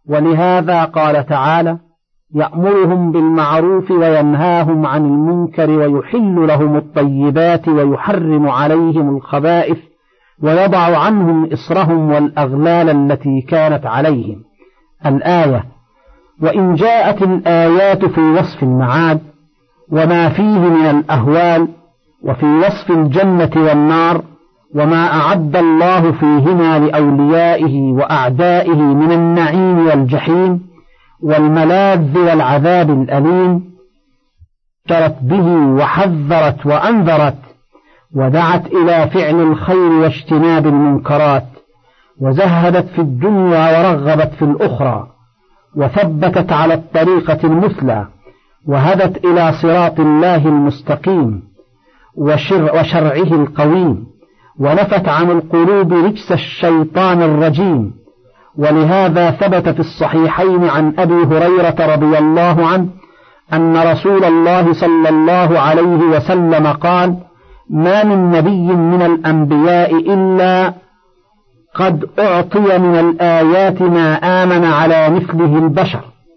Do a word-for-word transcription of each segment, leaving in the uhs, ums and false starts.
ولهذا قال تعالى: يأمرهم بالمعروف وينهاهم عن المنكر ويحل لهم الطيبات ويحرم عليهم الخبائث ويضع عنهم إصرهم والأغلال التي كانت عليهم. الآية. وإن جاءت الآيات في وصف المعاد وما فيه من الأهوال، وفي وصف الجنة والنار وما أعد الله فيهما لأوليائه وأعدائه من النعيم والجحيم والملاذ والعذاب الأليم، شرت به وحذرت وأنذرت، ودعت إلى فعل الخير واجتناب المنكرات، وزهدت في الدنيا ورغبت في الأخرى، وثبتت على الطريقة المثلى، وهدت إلى صراط الله المستقيم وشر وشرعه القويم، ونفت عن القلوب رجس الشيطان الرجيم. ولهذا ثبت في الصحيحين عن أبي هريرة رضي الله عنه أن رسول الله صلى الله عليه وسلم قال: ما من نبي من الأنبياء إلا قد أعطي من الآيات ما آمن على مثله البشر،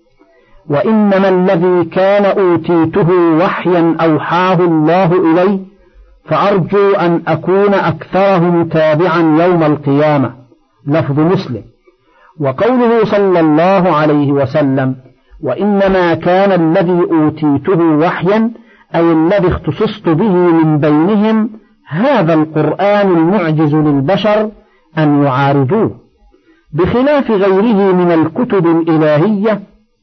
وإنما الذي كان أوتيته وحيا أوحاه الله إلي، فأرجو أن أكون أكثرهم تابعا يوم القيامة. لفظ مسلم. وقوله صلى الله عليه وسلم: وإنما كان الذي أوتيته وحيا، أي الذي اختصصت به من بينهم، هذا القرآن المعجز للبشر أن يعارضوه، بخلاف غيره من الكتب الإلهية،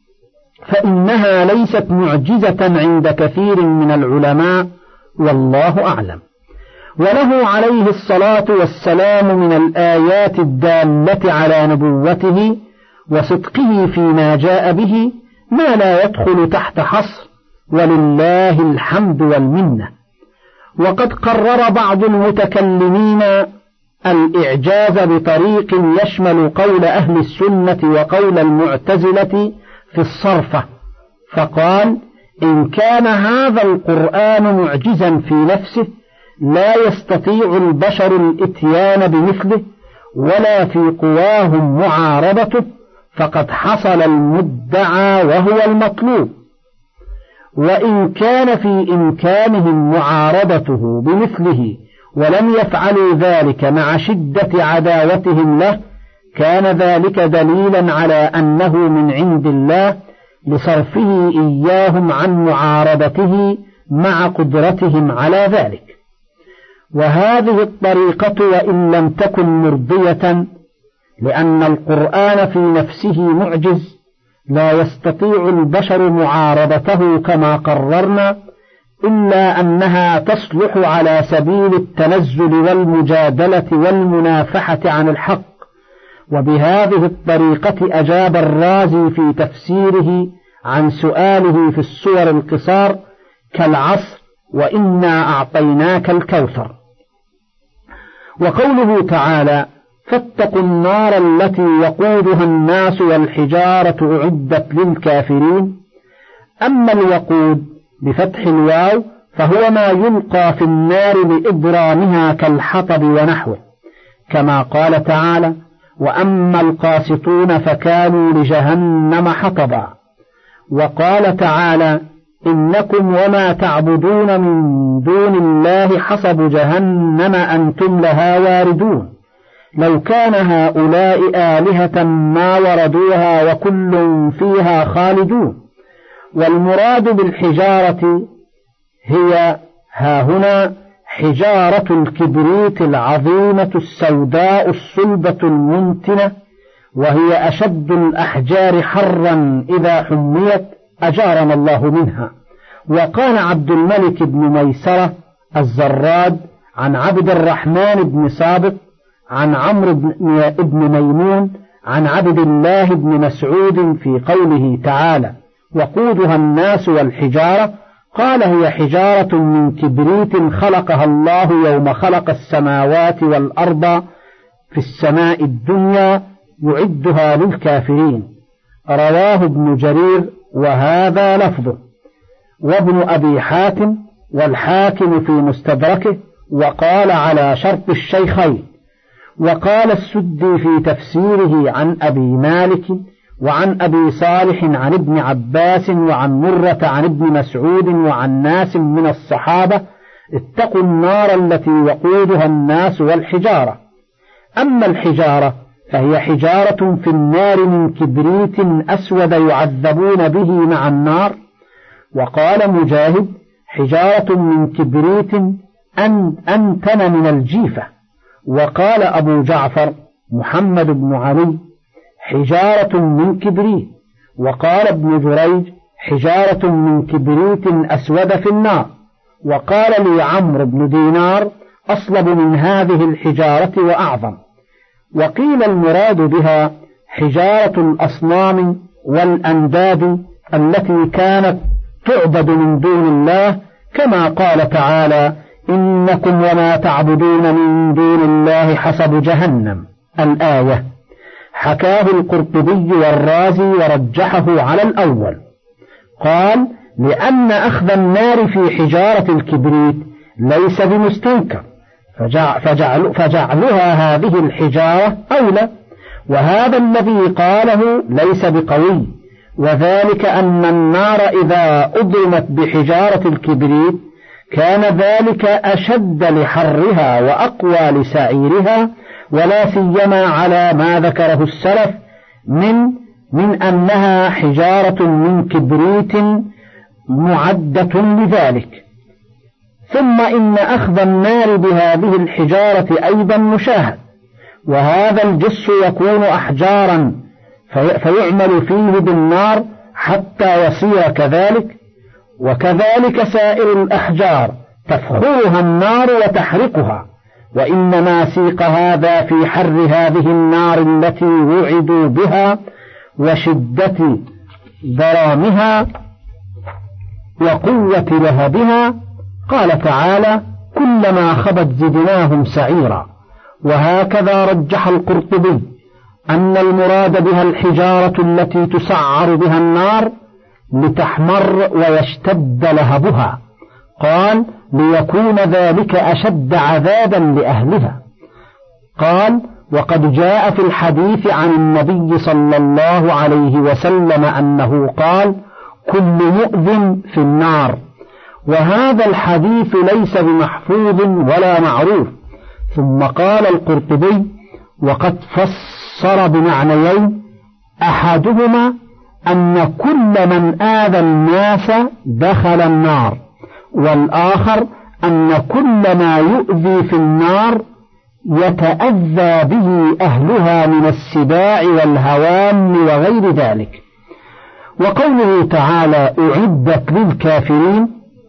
فإنها ليست معجزة عند كثير من العلماء، والله أعلم. وله عليه الصلاة والسلام من الآيات الدالة على نبوته وصدقه فيما جاء به ما لا يدخل تحت حصر، ولله الحمد والمنة. وقد قرر بعض المتكلمين الإعجاز بطريق يشمل قول أهل السنة وقول المعتزلة في الصرفة، فقال: إن كان هذا القرآن معجزا في نفسه لا يستطيع البشر الإتيان بمثله ولا في قواهم معارضته، فقد حصل المدعى وهو المطلوب. وإن كان في إمكانهم معارضته بمثله ولم يفعلوا ذلك مع شدة عداوتهم له، كان ذلك دليلا على أنه من عند الله لصرفه إياهم عن معارضته مع قدرتهم على ذلك. وهذه الطريقة وإن لم تكن مرضية، لأن القرآن في نفسه معجز لا يستطيع البشر معارضته كما قررنا، إلا أنها تصلح على سبيل التنزل والمجادلة والمنافحة عن الحق. وبهذه الطريقة أجاب الرازي في تفسيره عن سؤاله في السور القصار كالعصر وإنا أعطيناك الكوثر. وقوله تعالى: فاتقوا النار التي وقودها الناس والحجارة أعدت للكافرين. أما الوقود بفتح الواو فهو ما يلقى في النار لإبرامها كالحطب ونحوه، كما قال تعالى: وأما القاسطون فكانوا لجهنم حطبا. وقال تعالى: إنكم وما تعبدون من دون الله حصب جهنم أنتم لها واردون. لو كان هؤلاء آلهة ما وردوها وكل فيها خالدون. والمراد بالحجارة هي هاهنا حجارة الكبريت العظيمة السوداء الصلبة المنتنة، وهي أشد الأحجار حرا إذا حميت، أجارنا الله منها. وقال عبد الملك بن ميسرة الزراد عن عبد الرحمن بن سابق عن عمرو بن ميمون عن عبد الله بن مسعود في قوله تعالى: وقودها الناس والحجارة، قال: هي حجارة من كبريت خلقها الله يوم خلق السماوات والأرض في السماء الدنيا يعدها للكافرين. رواه ابن جرير وهذا لفظه، وابن أبي حاتم والحاكم في مستدركه، وقال على شرط الشيخين. وقال السدي في تفسيره عن أبي مالك: وعن أبي صالح عن ابن عباس وعن مرة عن ابن مسعود وعن ناس من الصحابة اتقوا النار التي وقودها الناس والحجارة. أما الحجارة فهي حجارة في النار من كبريت أسود يعذبون به مع النار. وقال مجاهد حجارة من كبريت أن أنتن من الجيفة. وقال أبو جعفر محمد بن علي حجارة من كبريت. وقال ابن جريج حجارة من كبريت أسود في النار. وقال لي عمرو بن دينار أصلب من هذه الحجارة وأعظم. وقيل المراد بها حجارة الأصنام والأنداد التي كانت تعبد من دون الله، كما قال تعالى إنكم وما تعبدون من دون الله حسب جهنم الآية. حكاه القرطبي والرازي ورجحه على الأول. قال لأن أخذ النار في حجارة الكبريت ليس بمستنكر، فجعل فجعلها هذه الحجارة أولى. وهذا الذي قاله ليس بقوي، وذلك أن النار إذا أضرمت بحجارة الكبريت كان ذلك أشد لحرها وأقوى لسعيرها، ولا سيما على ما ذكره السلف من من أنها حجارة من كبريت معدة لذلك. ثم إن أخذ النار بهذه الحجارة أيضا مشاهد، وهذا الجس يكون أحجارا فيعمل فيه بالنار حتى يصير كذلك. وكذلك سائر الأحجار تفخرها النار وتحرقها، وإنما سيق هذا في حر هذه النار التي وعدوا بها وشدة ضرامها وقوة لهبها. قال تعالى كلما خبت زدناهم سعيرا. وهكذا رجح القرطبي أن المراد بها الحجارة التي تسعر بها النار لتحمر ويشتد لهبها. قال ليكون ذلك أشد عذابا لأهلها. قال وقد جاء في الحديث عن النبي صلى الله عليه وسلم أنه قال كل مؤذ في النار. وهذا الحديث ليس بمحفوظ ولا معروف. ثم قال القرطبي وقد فسر بمعنيين، أحدهما أن كل من آذى الناس دخل النار، والآخر أن كل ما يؤذي في النار يتأذى به أهلها من السباع والهوام وغير ذلك. وقوله تعالى أعدت للكافرين،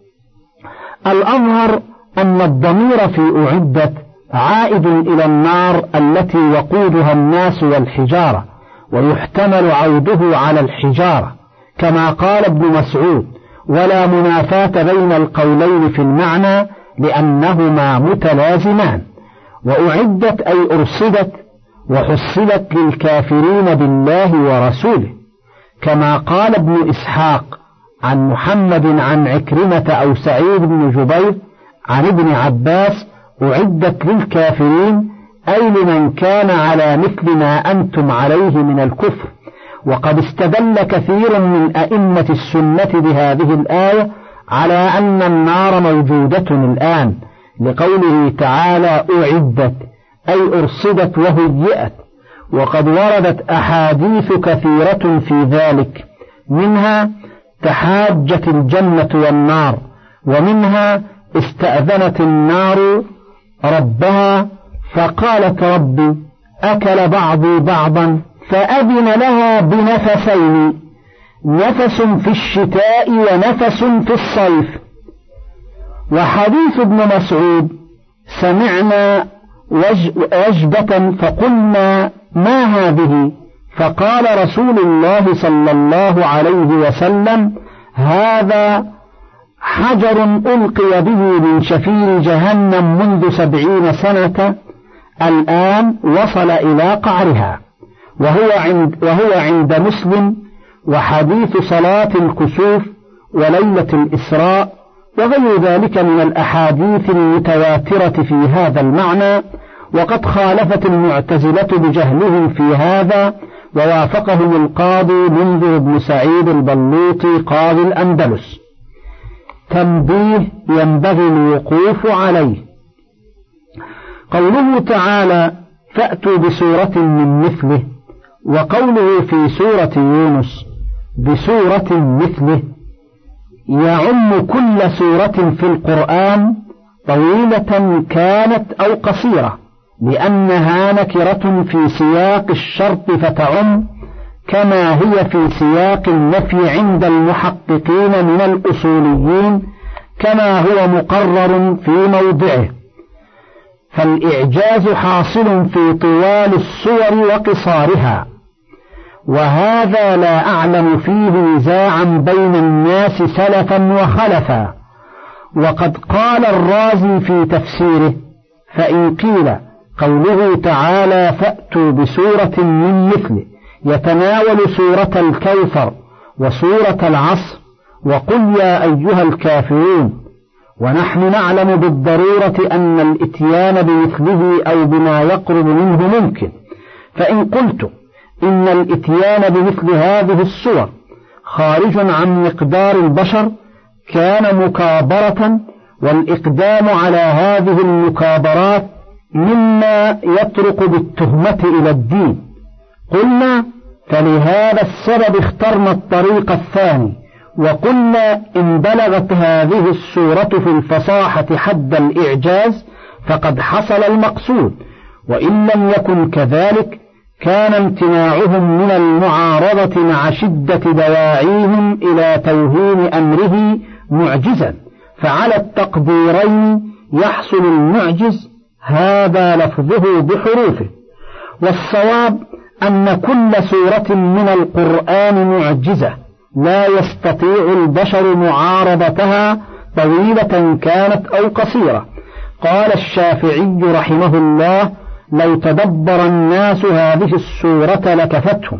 الأظهر أن الضمير في أعدت عائد إلى النار التي وقودها الناس والحجارة، ويحتمل عوده على الحجارة كما قال ابن مسعود، ولا منافاة بين القولين في المعنى لأنهما متلازمان. وأعدت أي أرصدت وحصلت للكافرين بالله ورسوله، كما قال ابن إسحاق عن محمد عن عكرمة أو سعيد بن جبير عن ابن عباس أعدت للكافرين أي لمن كان على مثل ما أنتم عليه من الكفر. وقد استدل كثير من أئمة السنة بهذه الآية على أن النار موجودة الآن، لقوله تعالى أعدت أي أرصدت وهيئت. وقد وردت أحاديث كثيرة في ذلك، منها تحاجت الجنة والنار، ومنها استأذنت النار ربها فقالت ربي أكل بعضي بعضا فأذن لها بنفسين، نفس في الشتاء ونفس في الصيف. وحديث ابن مسعود سمعنا وجبة فقلنا ما هذه؟ فقال رسول الله صلى الله عليه وسلم هذا حجر ألقي به من شفير جهنم منذ سبعين سنة، الآن وصل إلى قعرها. وهو عند, وهو عند مسلم. وحديث صلاة الكسوف وليلة الإسراء وغير ذلك من الأحاديث المتواترة في هذا المعنى. وقد خالفت المعتزلة بجهلهم في هذا ووافقهم القاضي منذر بن سعيد البلوطي قاضي الأندلس. تنبيه ينبغي الوقوف عليه: قوله تعالى فأتوا بسورة من مثله، وقوله في سورة يونس بسورة مثله، يعم كل سورة في القرآن طويلة كانت أو قصيرة، لأنها نكرة في سياق الشرط فتعم، كما هي في سياق النفي عند المحققين من الأصوليين، كما هو مقرر في موضعه. فالإعجاز حاصل في طوال السور وقصارها، وهذا لا أعلم فيه نزاعا بين الناس سلفا وخلفا. وقد قال الرازي في تفسيره: فإن قيل قوله تعالى فأتوا بسورة من مثله يتناول سورة الكوثر وسورة العصر وقل يا أيها الكافرون، ونحن نعلم بالضرورة أن الإتيان بمثله أو بما يقرب منه ممكن، فإن قلت إن الإتيان بمثل هذه السور خارج عن مقدار البشر كان مكابرة، والإقدام على هذه المكابرات مما يطرق بالتهمة إلى الدين. قلنا فلهذا السبب اخترنا الطريق الثاني، وقلنا إن بلغت هذه السورة في الفصاحة حد الإعجاز فقد حصل المقصود، وإن لم يكن كذلك كان امتناعهم من المعارضة مع شدة دواعيهم إلى توهين أمره معجزا، فعلى التقديرين يحصل المعجز، هذا لفظه بحروفه. والصواب أن كل سورة من القرآن معجزة لا يستطيع البشر معارضتها طويلة كانت أو قصيرة. قال الشافعي رحمه الله: لو تدبر الناس هذه السورة لكفتهم.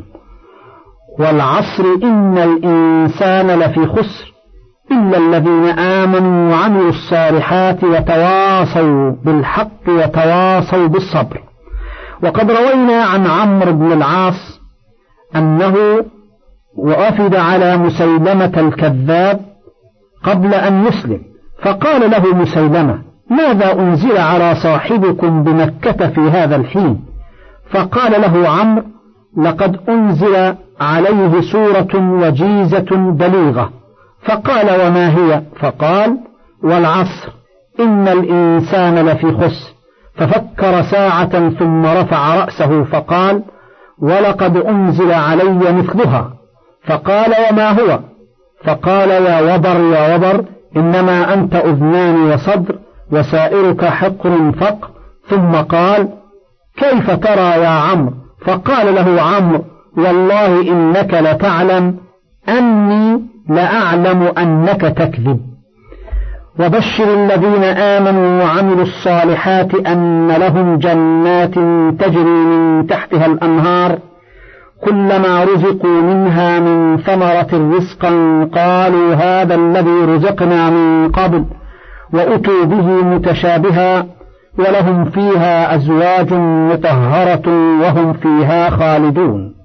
والعصر إن الإنسان لفي خسر إلا الذين آمنوا وعملوا الصالحات وتواصوا بالحق وتواصوا بالصبر. وقد روينا عن عمرو بن العاص أنه وأفد على مسيلمة الكذاب قبل أن يسلم، فقال له مسيلمة: ماذا أنزل على صاحبكم بمكة في هذا الحين؟ فقال له عمرو: لقد أنزل عليه سورة وجيزة بليغة. فقال: وما هي؟ فقال: والعصر إن الإنسان لفي خسر. ففكر ساعة ثم رفع رأسه فقال: ولقد أنزل علي مثلها. فقال: وما هو؟ فقال: يا وبر يا وبر، إنما أنت أذنان وصدر وسائرك حقر فقر. ثم قال: كيف ترى يا عمرو؟ فقال له عمرو: والله إنك لتعلم أني لأعلم أنك تكذب. وبشر الذين آمنوا وعملوا الصالحات أن لهم جنات تجري من تحتها الأنهار كلما رزقوا منها من ثمرة رزقا قالوا هذا الذي رزقنا من قبل وأتوا به متشابها ولهم فيها أزواج مطهرة وهم فيها خالدون.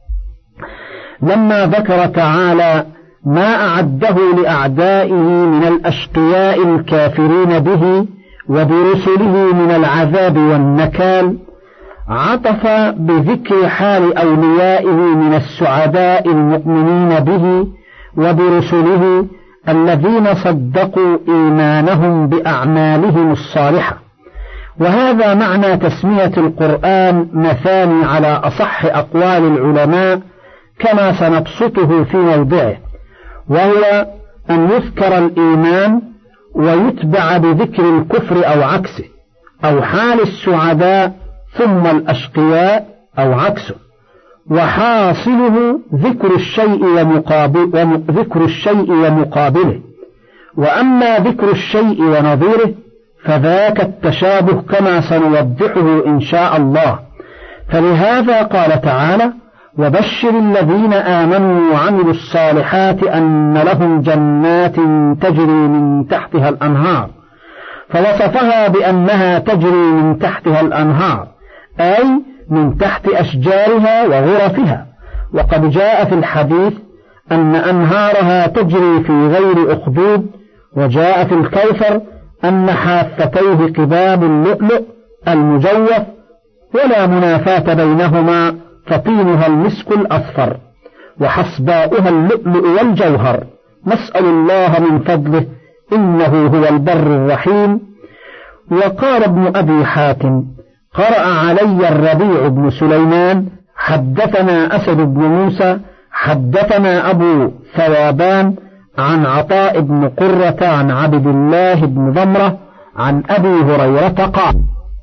لما ذكر تعالى ما أعده لأعدائه من الأشقياء الكافرين به وبرسله من العذاب والنكال، عطف بذكر حال أوليائه من السعداء المؤمنين به وبرسله الذين صدقوا إيمانهم بأعمالهم الصالحة. وهذا معنى تسمية القرآن مثاني على أصح أقوال العلماء كما سنبسطه في موضعه، وهو أن يذكر الإيمان ويتبع بذكر الكفر أو عكسه، أو حال السعداء ثم الأشقياء أو عكسه، وحاصله ذكر الشيء ومقابل ذكر الشيء ومقابله. وأما ذكر الشيء ونظيره فذاك التشابه كما سنوضحه إن شاء الله. فلهذا قال تعالى: وبشر الذين آمنوا وعملوا الصالحات أن لهم جنات تجري من تحتها الأنهار، فوصفها بأنها تجري من تحتها الأنهار، أي من تحت أشجارها وغرفها. وقد جاء في الحديث أن أنهارها تجري في غير أخدود، وجاء في الكوثر أن حافتيه قباب اللؤلؤ المجوف ولا منافاة بينهما، فطينها المسك الأصفر وحصباؤها اللؤلؤ والجوهر. نسأل الله من فضله إنه هو البر الرحيم. وقال ابن أبي حاتم: قرأ علي الربيع بن سليمان حدثنا أسد بن موسى حدثنا أبو ثوابان عن عطاء بن قرة عن عبد الله بن ضمرة عن أبي هريرة قال: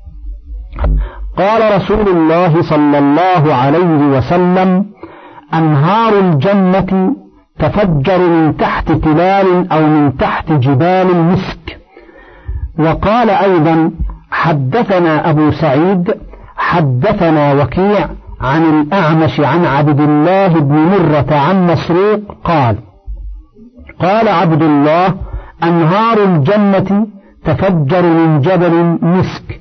قال رسول الله صلى الله عليه وسلم: أنهار الجنة تفجر من تحت تلال أو من تحت جبال المسك. وقال أيضا: حدثنا أبو سعيد حدثنا وكيع عن الأعمش عن عبد الله بن مرة عن مسروق قال: قال عبد الله: أنهار الجنة تفجر من جبل مسك.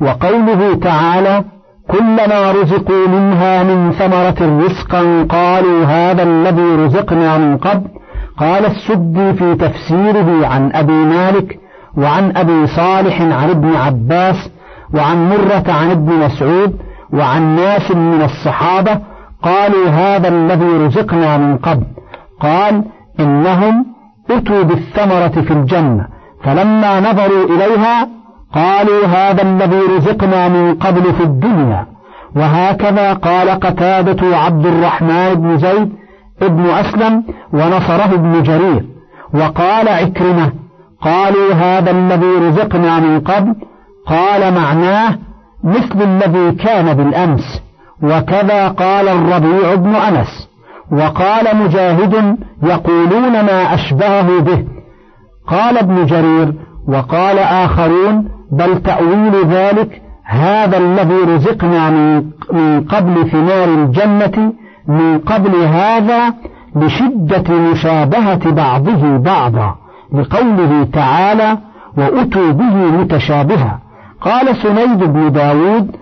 وقوله تعالى: كلما رزقوا منها من ثمرة رزقا قالوا هذا الذي رزقنا من قبل. قال السدي في تفسيره عن أبي مالك وعن أبي صالح عن ابن عباس وعن مرة عن ابن مسعود وعن ناس من الصحابة قالوا هذا الذي رزقنا من قبل. قال: إنهم أتوا بالثمرة في الجنة فلما نظروا إليها قالوا هذا الذي رزقنا من قبل في الدنيا. وهكذا قال قتادة عبد الرحمن بن زيد ابن أسلم ونصره ابن جرير. وقال عكرمة: قالوا هذا الذي رزقنا من قبل. قال معناه مثل الذي كان بالأمس. وكذا قال الربيع بن أنس. وقال مجاهد: يقولون ما أشبهه به. قال ابن جرير: وقال آخرون: بل تأويل ذلك هذا الذي رزقنا من قبل ثمار الجنة من قبل هذا بشدة مشابهة بعضه بعضا، لقوله تعالى: وأتوا به متشابها. قال سنيد بن داود: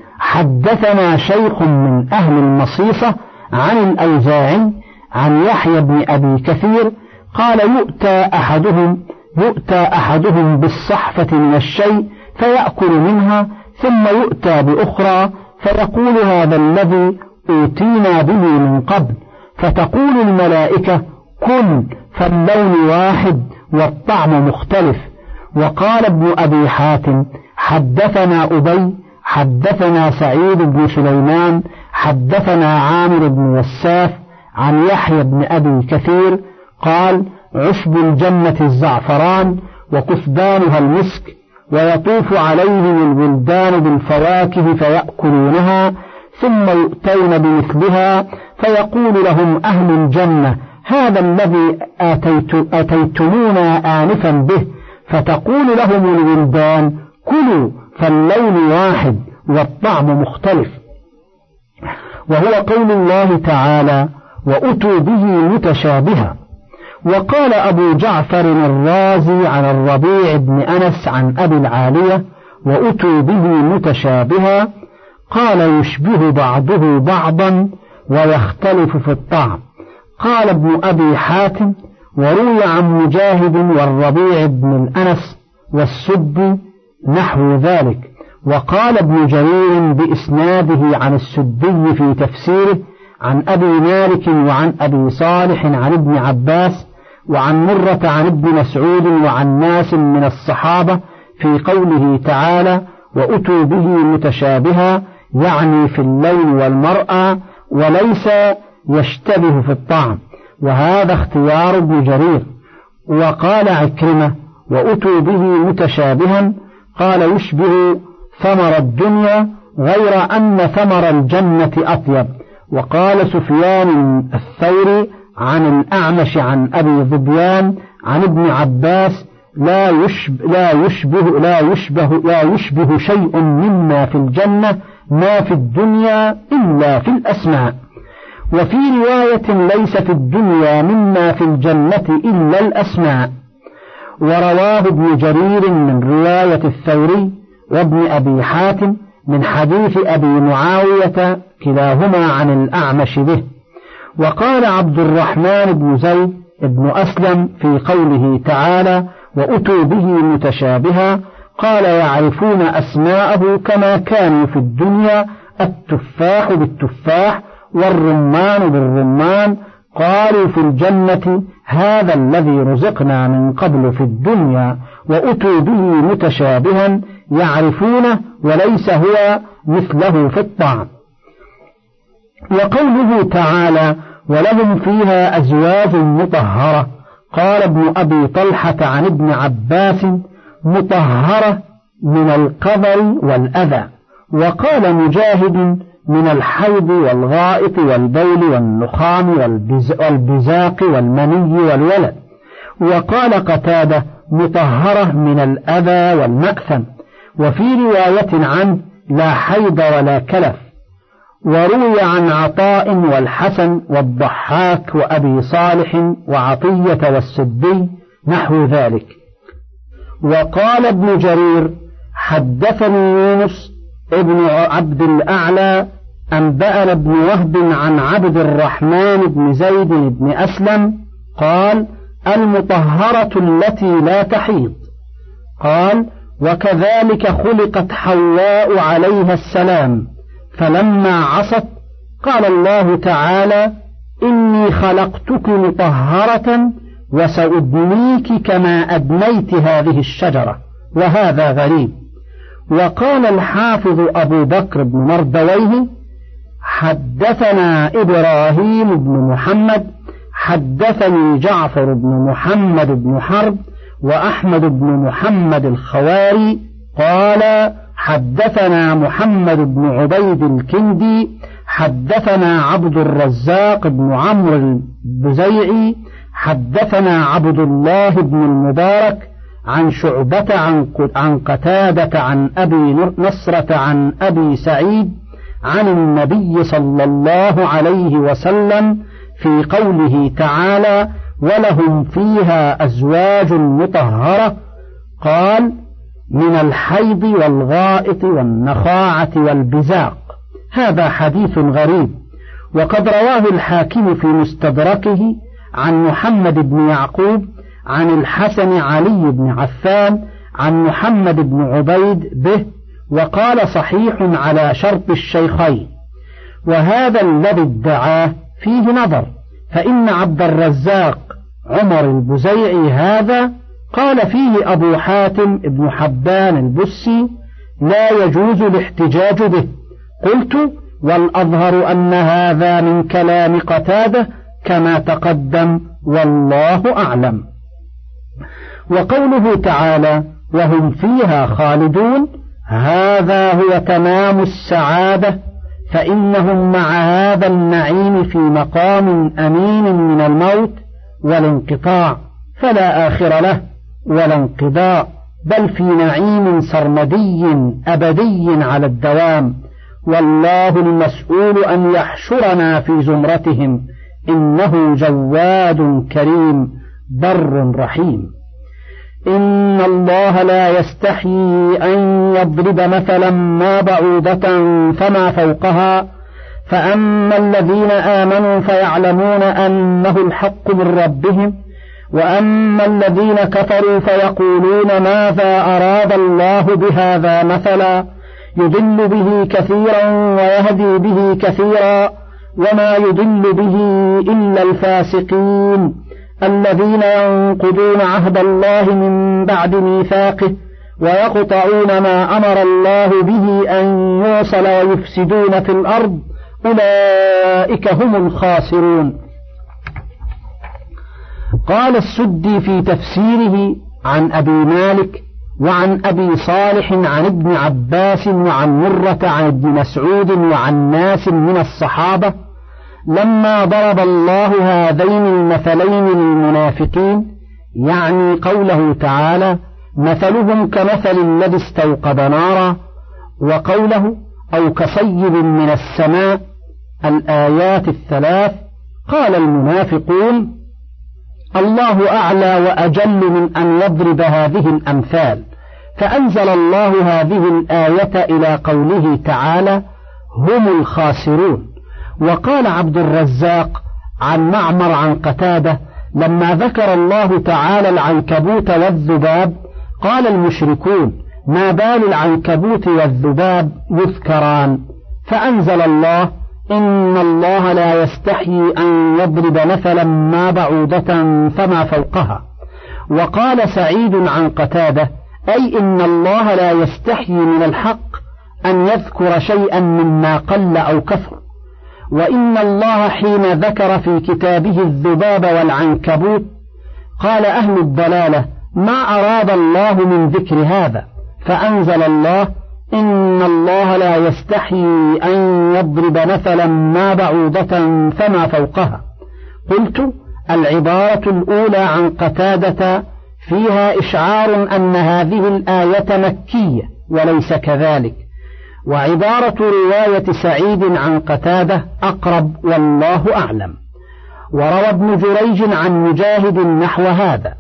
حدثنا شيخ من أهل المصيصة عن الأوزاعي عن يحيى بن أبي كثير قال: يؤتى أحدهم يؤتى أحدهم بالصحفة من الشيء فيأكل منها، ثم يؤتى بأخرى فيقول هذا الذي أوتينا به من قبل، فتقول الملائكة: كل، فاللون واحد والطعم مختلف. وقال ابن أبي حاتم: حدثنا أبي حدثنا سعيد بن سليمان حدثنا عامر بن وساف عن يحيى بن أبي كثير قال: عشب الجنة الزعفران وكثبانها المسك، ويطوف عليهم الولدان بالفواكه فيأكلونها، ثم يؤتون بمثلها فيقول لهم أهل الجنة: هذا الذي آتيت أتيتمونا آنفا به، فتقول لهم الولدان: كلوا، فاللون واحد والطعم مختلف. وهو قول الله تعالى: وأتوا به متشابها. وقال أبو جعفر الرازي عن الربيع بن أنس عن أبي العالية: وأتوا به متشابها، قال: يشبه بعضه بعضا ويختلف في الطعم. قال ابن أبي حاتم: وروي عن مجاهد والربيع بن الأنس والسدي نحو ذلك. وقال ابن جرير بإسناده عن السدي في تفسيره عن أبي مالك وعن أبي صالح عن ابن عباس وعن مرة عن ابن مسعود وعن ناس من الصحابة في قوله تعالى: وأتوا به متشابها، يعني في اللون والمرأة، وليس يشتبه في الطعم. وهذا اختيار ابن جرير. وقال عكرمة: وأتوا به متشابها، قال: يشبه ثمر الدنيا غير أن ثمر الجنة أطيب. وقال سفيان الثوري عن الأعمش عن أبي ظبيان عن ابن عباس: لا يشبه لا يشبه لا يشبه لا يشبه شيء مما في الجنة ما في الدنيا إلا في الأسماء. وفي رواية: ليس في الدنيا مما في الجنة إلا الأسماء. ورواه ابن جرير من رواية الثوري وابن أبي حاتم من حديث أبي معاوية كلاهما عن الأعمش به. وقال عبد الرحمن بن زيد بن أسلم في قوله تعالى وأتوا به متشابها قال يعرفون أسماءه كما كانوا في الدنيا التفاح بالتفاح والرمان بالرمان قالوا في الجنة هذا الذي رزقنا من قبل في الدنيا وأتوا به متشابها يعرفونه وليس هو مثله في الطعم. وقوله تعالى ولهم فيها أزواج مطهرة قال ابن أبي طلحة عن ابن عباس مطهرة من القذر والأذى. وقال مجاهد من الحيض والغائط والبول والنخام والبزاق والمني والولد. وقال قتادة مطهرة من الأذى والمأثم. وفي رواية عنه لا حيض ولا كلف. وروي عن عطاء والحسن والضحاك وأبي صالح وعطية والسدي نحو ذلك. وقال ابن جرير حدثني يونس ابن عبد الأعلى أنبأنا ابن وهب عن عبد الرحمن بن زيد بن أسلم قال المطهرة التي لا تحيض. قال وكذلك خلقت حواء عليها السلام فلما عصت قال الله تعالى إني خلقتك مطهرة وسأدنيك كما أدنيت هذه الشجرة. وهذا غريب. وقال الحافظ أبو بكر بن مردويه حدثنا إبراهيم بن محمد حدثني جعفر بن محمد بن حرب وأحمد بن محمد الخواري قال حدثنا محمد بن عبيد الكندي حدثنا عبد الرزاق بن عمرو البزيعي حدثنا عبد الله بن المبارك عن شعبة عن قتادة عن أبي نصرة عن أبي سعيد عن النبي صلى الله عليه وسلم في قوله تعالى ولهم فيها أزواج مطهرة قال من الحيض والغائط والنخاعة والبزاق. هذا حديث غريب. وقد رواه الحاكم في مستدركه عن محمد بن يعقوب عن الحسن علي بن عفان عن محمد بن عبيد به وقال صحيح على شرط الشيخين. وهذا الذي ادعاه فيه نظر، فإن عبد الرزاق عمر البزيعي هذا قال فيه أبو حاتم ابن حبان البسي لا يجوز الاحتجاج به. قلت والأظهر أن هذا من كلام قتادة كما تقدم والله أعلم. وقوله تعالى وهم فيها خالدون هذا هو تمام السعادة، فإنهم مع هذا النعيم في مقام أمين من الموت والانقطاع، فلا آخر له ولا انقضاء، بل في نعيم سرمدي أبدي على الدوام. والله المسؤول أن يحشرنا في زمرتهم، إنه جواد كريم بر رحيم. إن الله لا يستحيي أن يضرب مثلا ما بعوضة فما فوقها، فأما الذين آمنوا فيعلمون أنه الحق من ربهم، وأما الذين كفروا فيقولون ماذا أراد الله بهذا مثلا، يضل به كثيرا ويهدي به كثيرا، وما يضل به إلا الفاسقين الذين ينقضون عهد الله من بعد ميثاقه ويقطعون ما أمر الله به أن يوصل ويفسدون في الأرض، أولئك هم الخاسرون. قال السدي في تفسيره عن أبي مالك وعن أبي صالح عن ابن عباس وعن مرة عن ابن مسعود وعن ناس من الصحابة لما ضرب الله هذين المثلين للمنافقين، يعني قوله تعالى مثلهم كمثل الذي استوقد نارا، وقوله أو كصيب من السماء، الآيات الثلاث، قال المنافقون الله أعلى وأجل من أن يضرب هذه الأمثال، فأنزل الله هذه الآية إلى قوله تعالى هم الخاسرون. وقال عبد الرزاق عن معمر عن قتادة لما ذكر الله تعالى العنكبوت والذباب قال المشركون ما بال العنكبوت والذباب يذكران، فأنزل الله إن الله لا يستحيي أن يضرب مثلا ما بعوضة فما فوقها. وقال سعيد عن قتادة أي إن الله لا يستحيي من الحق أن يذكر شيئا مما قل أو كثر. وإن الله حين ذكر في كتابه الذباب والعنكبوت قال أهل الضلالة ما أراد الله من ذكر هذا، فأنزل الله إن الله لا يستحيي أن يضرب مثلا ما بعوضة فما فوقها. قلت العبارة الأولى عن قتادة فيها إشعار أن هذه الآية مكية وليس كذلك، وعبارة رواية سعيد عن قتادة أقرب والله أعلم. وروى ابن جريج عن مجاهد نحو هذا.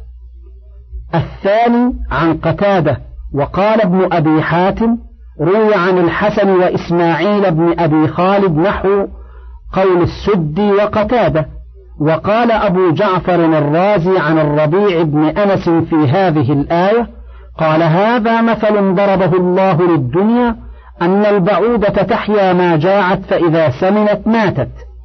الثاني عن قتادة وقال ابن أبي حاتم روي عن الحسن وإسماعيل بن أبي خالد نحو قول السدي وقتادة. وقال أبو جعفر الرازي عن الربيع بن أنس في هذه الآية قال هذا مثل ضربه الله للدنيا أن البعوضة تحيا ما جاعت فإذا سمنت ماتت.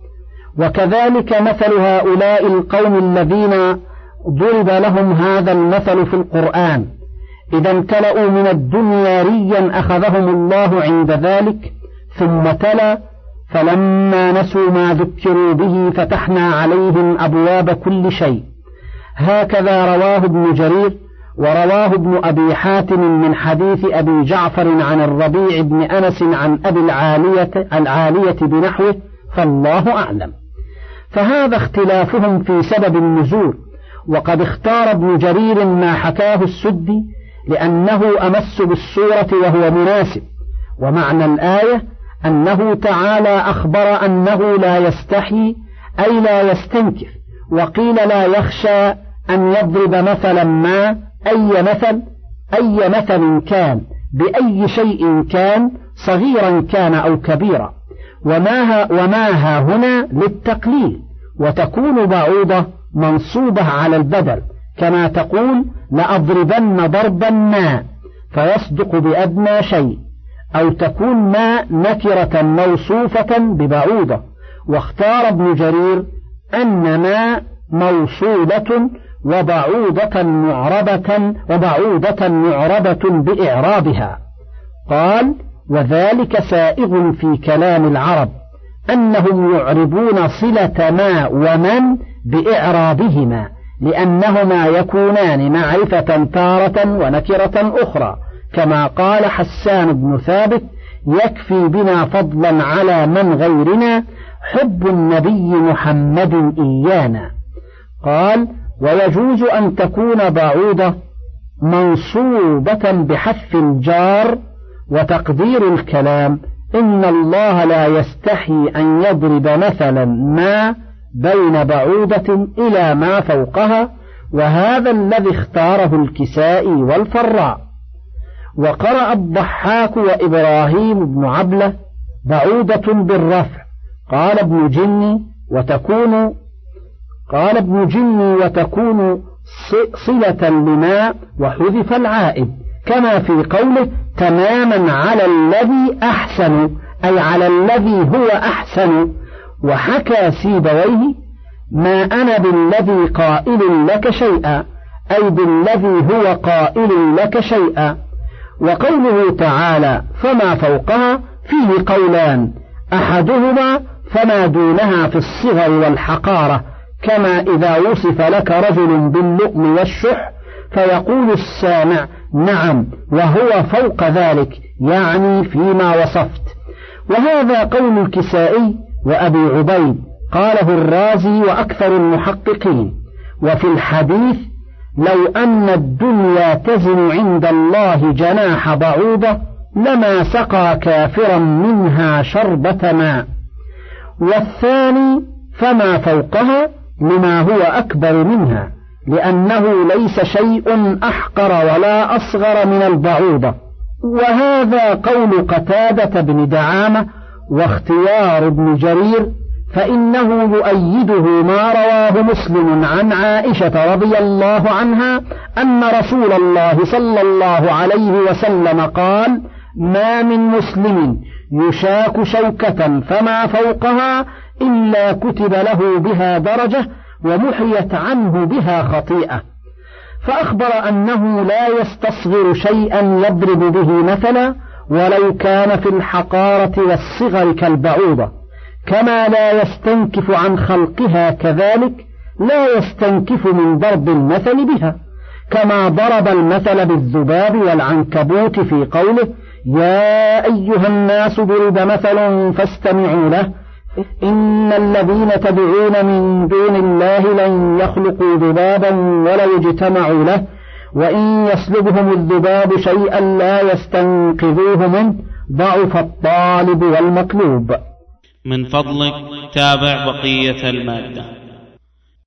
وكذلك مثل هؤلاء القوم الذين ضرب لهم هذا المثل في القرآن إذا امتلأوا من الدنيا ريا أخذهم الله عند ذلك. ثم تلا فلما نسوا ما ذكروا به فتحنا عليهم أبواب كل شيء. هكذا رواه ابن جرير ورواه ابن أبي حاتم من حديث أبي جعفر عن الربيع بن أنس عن أبي العالية, العالية بنحوه، فالله أعلم. فهذا اختلافهم في سبب النزول، وقد اختار ابن جرير ما حكاه السدي لأنه أمس بالصورة وهو مناسب. ومعنى الآية أنه تعالى أخبر أنه لا يستحي أي لا يستنكف، وقيل لا يخشى أن يضرب مثلا ما أي مثل أي مثل كان بأي شيء كان صغيرا كان أو كبيرا. وما ها, وما ها هنا للتقليل، وتكون بعوضة منصوبة على البدل كما تقول لأضربن ضربا ما فيصدق بأدنى شيء، أو تكون ما نكرة موصوفة ببعوضة. واختار ابن جرير أن ما موصولة وبعوضة معربة وبعوضة معربة بإعرابها. قال وذلك سائغ في كلام العرب أنهم يعربون صلة ما ومن بإعرابهما لأنهما يكونان معرفة تارة ونكرة أخرى، كما قال حسان بن ثابت يكفي بنا فضلا على من غيرنا حب النبي محمد إيانا. قال ويجوز أن تكون بعوضة منصوبة بحذف الجار، وتقدير الكلام إن الله لا يستحي أن يضرب مثلا ما بين بعوضة إلى ما فوقها، وهذا الذي اختاره الكسائي والفراء. وقرأ الضحاك وإبراهيم بن عبلة بعوضة بالرفع. قال ابن جني وتكون قال ابن جني وتكون صلة لما وحذف العائد، كما في قوله تماما على الذي أحسن أي على الذي هو أحسن. وحكى سيبويه ما أنا بالذي قائل لك شيئا أي بالذي هو قائل لك شيئا. وقوله تعالى فما فوقها فيه قولان، أحدهما فما دونها في الصغر والحقارة، كما إذا وصف لك رجل باللؤم والشح فيقول السامع نعم وهو فوق ذلك، يعني فيما وصفت. وهذا قول الكسائي وأبي عبيد قاله الرازي وأكثر المحققين. وفي الحديث لو أن الدنيا تزن عند الله جناح بعوضة لما سقى كافرا منها شربة ماء. والثاني فما فوقها لما هو أكبر منها، لأنه ليس شيء أحقر ولا أصغر من البعوضة. وهذا قول قتادة بن دعامة واختيار ابن جرير، فإنه يؤيده ما رواه مسلم عن عائشة رضي الله عنها أن رسول الله صلى الله عليه وسلم قال: ما من مسلم يشاك شوكة فما فوقها إلا كتب له بها درجة ومحيت عنه بها خطيئة. فأخبر أنه لا يستصغر شيئا يضرب به مثلا ولو كان في الحقارة والصغر كالبعوضة، كما لا يستنكف عن خلقها كذلك لا يستنكف من ضرب المثل بها، كما ضرب المثل بالذباب والعنكبوت في قوله: يا أيها الناس ضرب مثل فاستمعوا له إن الذين تدعون من دون الله لن يخلقوا ذبابا ولو اجتمعوا له وإن يسلبهم الذباب شيئا لا يستنقذوه منه ضعف الطالب والمطلوب. من فضلك تابع بقية المادة.